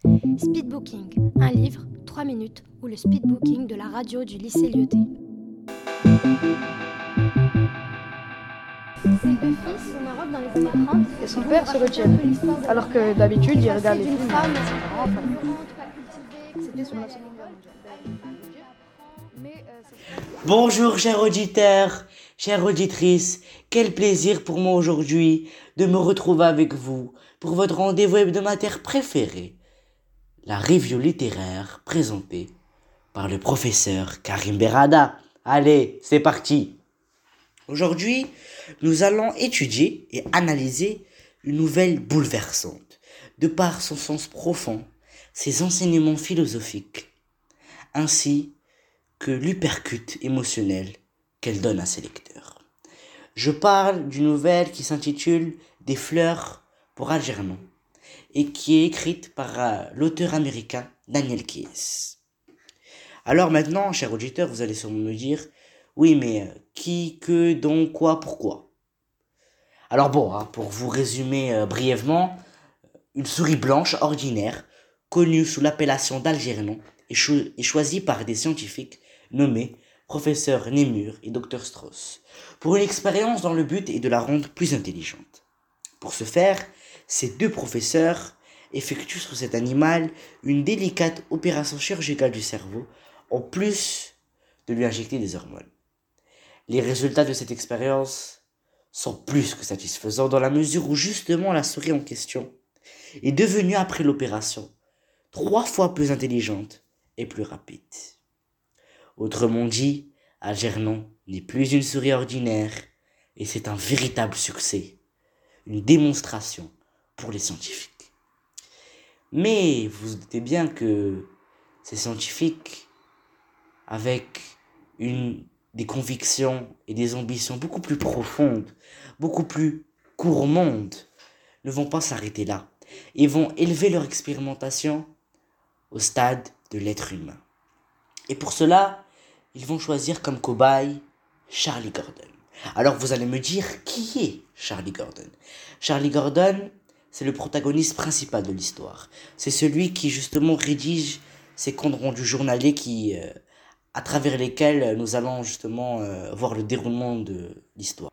Speedbooking, un livre, 3 minutes, ou le speedbooking de la radio du lycée Lyoté. Ses deux fils sont Maroc dans les années 30 et son père se retient. Alors que d'habitude, il regarde les films. C'était sur la Seconde Guerre mondiale. Bonjour chers auditeurs, chères auditrices, quel plaisir pour moi aujourd'hui de me retrouver avec vous pour votre rendez-vous hebdomadaire préféré, la review littéraire présentée par le professeur Karim Berada. Allez, c'est parti. Aujourd'hui, nous allons étudier et analyser une nouvelle bouleversante, de par son sens profond, ses enseignements philosophiques, ainsi que l'hypercute émotionnel qu'elle donne à ses lecteurs. Je parle d'une nouvelle qui s'intitule Des fleurs pour Algernon et qui est écrite par l'auteur américain Daniel Keyes. Alors maintenant, chers auditeurs, vous allez sûrement me dire, oui mais qui, que, dont, quoi, pourquoi. Alors bon, pour vous résumer brièvement, une souris blanche ordinaire, connue sous l'appellation d'Algernon, est choisie par des scientifiques nommés professeur Némur et Dr Strauss, pour une expérience dont le but est de la rendre plus intelligente. Pour ce faire, ces deux professeurs effectuent sur cet animal une délicate opération chirurgicale du cerveau, en plus de lui injecter des hormones. Les résultats de cette expérience sont plus que satisfaisants dans la mesure où justement la souris en question est devenue après l'opération 3 fois plus intelligente et plus rapide. Autrement dit, Algernon n'est plus une souris ordinaire et c'est un véritable succès, une démonstration pour les scientifiques. Mais vous vous doutez bien que ces scientifiques, avec des convictions et des ambitions beaucoup plus profondes, beaucoup plus gourmandes, ne vont pas s'arrêter là et vont élever leur expérimentation au stade de l'être humain. Et pour cela, ils vont choisir comme cobaye Charlie Gordon. Alors vous allez me dire, qui est Charlie Gordon ? Charlie Gordon, c'est le protagoniste principal de l'histoire. C'est celui qui justement rédige ces comptes rendus journaliers à travers lesquels nous allons justement voir le déroulement de l'histoire.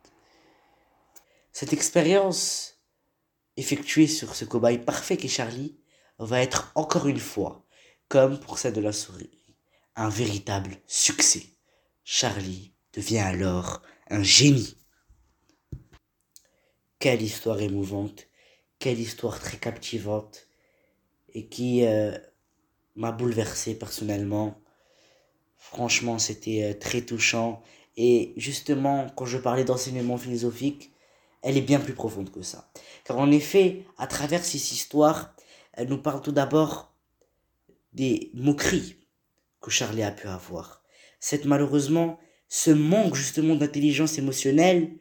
Cette expérience effectuée sur ce cobaye parfait qu'est Charlie va être encore une fois, comme pour celle de la souris, un véritable succès. Charlie devient alors un génie. Quelle histoire émouvante, quelle histoire très captivante et qui m'a bouleversé personnellement. Franchement, c'était très touchant. Et justement, quand je parlais d'enseignement philosophique, elle est bien plus profonde que ça. Car en effet, à travers ces histoires, elle nous parle tout d'abord des moqueries que Charlie a pu avoir. Malheureusement, ce manque justement d'intelligence émotionnelle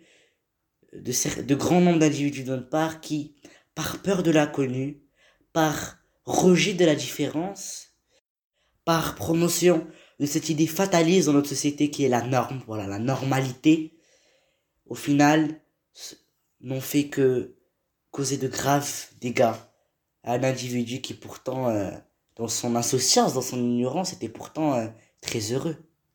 de grand nombre d'individus d'une part qui, par peur de l'inconnu, par rejet de la différence, par promotion de cette idée fataliste dans notre société qui est la norme, voilà, la normalité, au final, n'ont fait que causer de graves dégâts à un individu qui pourtant, dans son insouciance, dans son ignorance, était pourtant très heureux.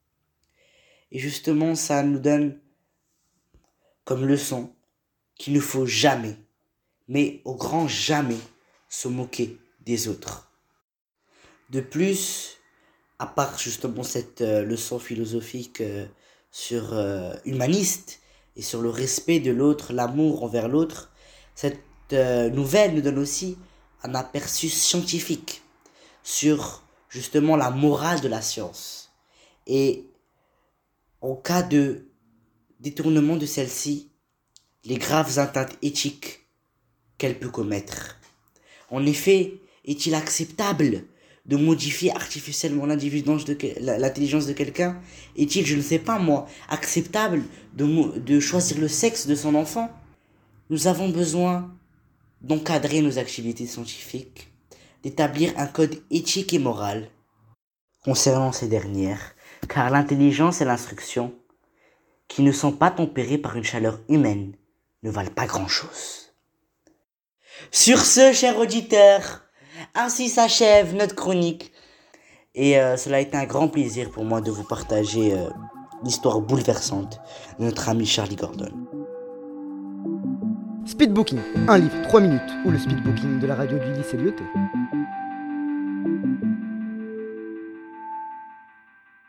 Et justement, ça nous donne comme leçon qu'il ne faut jamais, mais au grand jamais, se moquer des autres. De plus, à part justement cette leçon philosophique humaniste et sur le respect de l'autre, l'amour envers l'autre, cette nouvelle nous donne aussi un aperçu scientifique sur justement la morale de la science et en cas de détournement de celle-ci, les graves atteintes éthiques qu'elle peut commettre. En effet, est-il acceptable de modifier artificiellement l'intelligence de quelqu'un ? Est-il, je ne sais pas moi, acceptable de choisir le sexe de son enfant ? Nous avons besoin d'encadrer nos activités scientifiques, d'établir un code éthique et moral concernant ces dernières, car l'intelligence et l'instruction, qui ne sont pas tempérées par une chaleur humaine, ne valent pas grand-chose. Sur ce, chers auditeurs, Ainsi s'achève notre chronique. Et cela a été un grand plaisir pour moi de vous partager l'histoire bouleversante de notre ami Charlie Gordon. Speedbooking, un livre, 3 minutes, ou le speedbooking de la radio du lycée Lyoté.